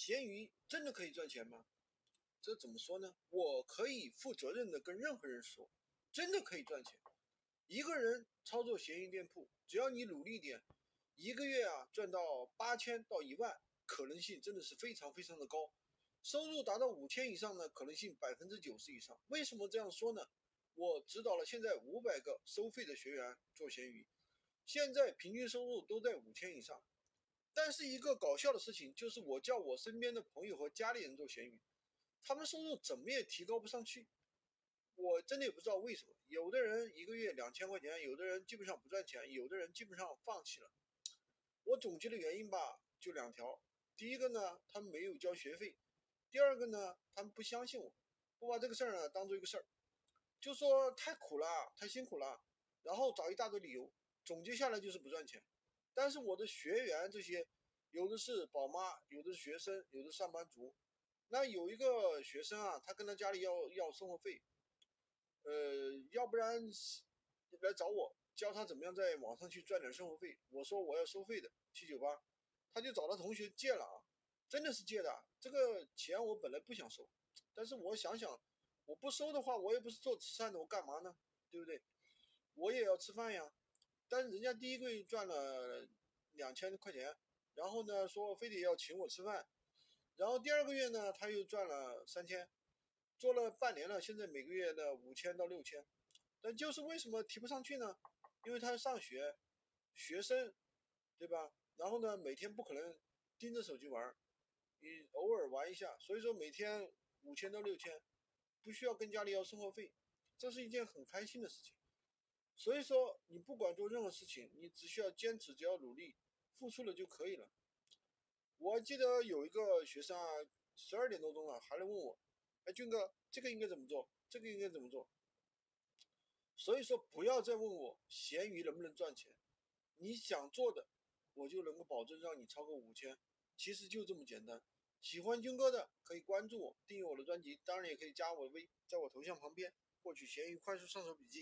闲鱼真的可以赚钱吗？这怎么说呢？我可以负责任的跟任何人说，真的可以赚钱。一个人操作闲鱼店铺，只要你努力点，一个月赚到8000到1万，可能性真的是非常非常的高。收入达到5000以上呢，可能性90%以上。为什么这样说呢？我指导了现在500个收费的学员做闲鱼，现在平均收入都在5000以上。但是一个搞笑的事情就是，我叫我身边的朋友和家里人做闲鱼，他们收入怎么也提高不上去。我真的也不知道为什么，有的人一个月2000块钱，有的人基本上不赚钱，有的人基本上放弃了。我总结的原因就两条：第一个呢，他们没有交学费；第二个呢，他们不相信我，不把这个事儿呢当做一个事儿，就说太苦了，太辛苦了，然后找一大堆理由，总结下来就是不赚钱。但是我的学员这些，有的是宝妈，有的是学生，有的是上班族。那有一个学生他跟他家里要生活费，要不然来找我教他怎么样在网上去赚点生活费。我说我要收费的798，他就找他同学借了真的是借的。这个钱我本来不想收，但是我想想，我不收的话，我也不是做慈善的，我干嘛呢？对不对？我也要吃饭呀。但是人家第一个月赚了2000块钱，然后呢说非得要请我吃饭，然后第二个月呢他又赚了3000，做了半年了，现在每个月的5000到6000。但就是为什么提不上去呢？因为他上学，学生，对吧？然后呢，每天不可能盯着手机玩，你偶尔玩一下，所以说每天5000到6000，不需要跟家里要生活费，这是一件很开心的事情。所以说，你不管做任何事情，你只需要坚持，只要努力，付出了就可以了。我记得有一个学生12点多钟了，还来问我，哎，俊哥，这个应该怎么做？这个应该怎么做？所以说，不要再问我闲鱼能不能赚钱，你想做的，我就能够保证让你超过5000，其实就这么简单。喜欢军哥的可以关注我，订阅我的专辑，当然也可以加我的微，在我头像旁边获取闲鱼快速上手笔记。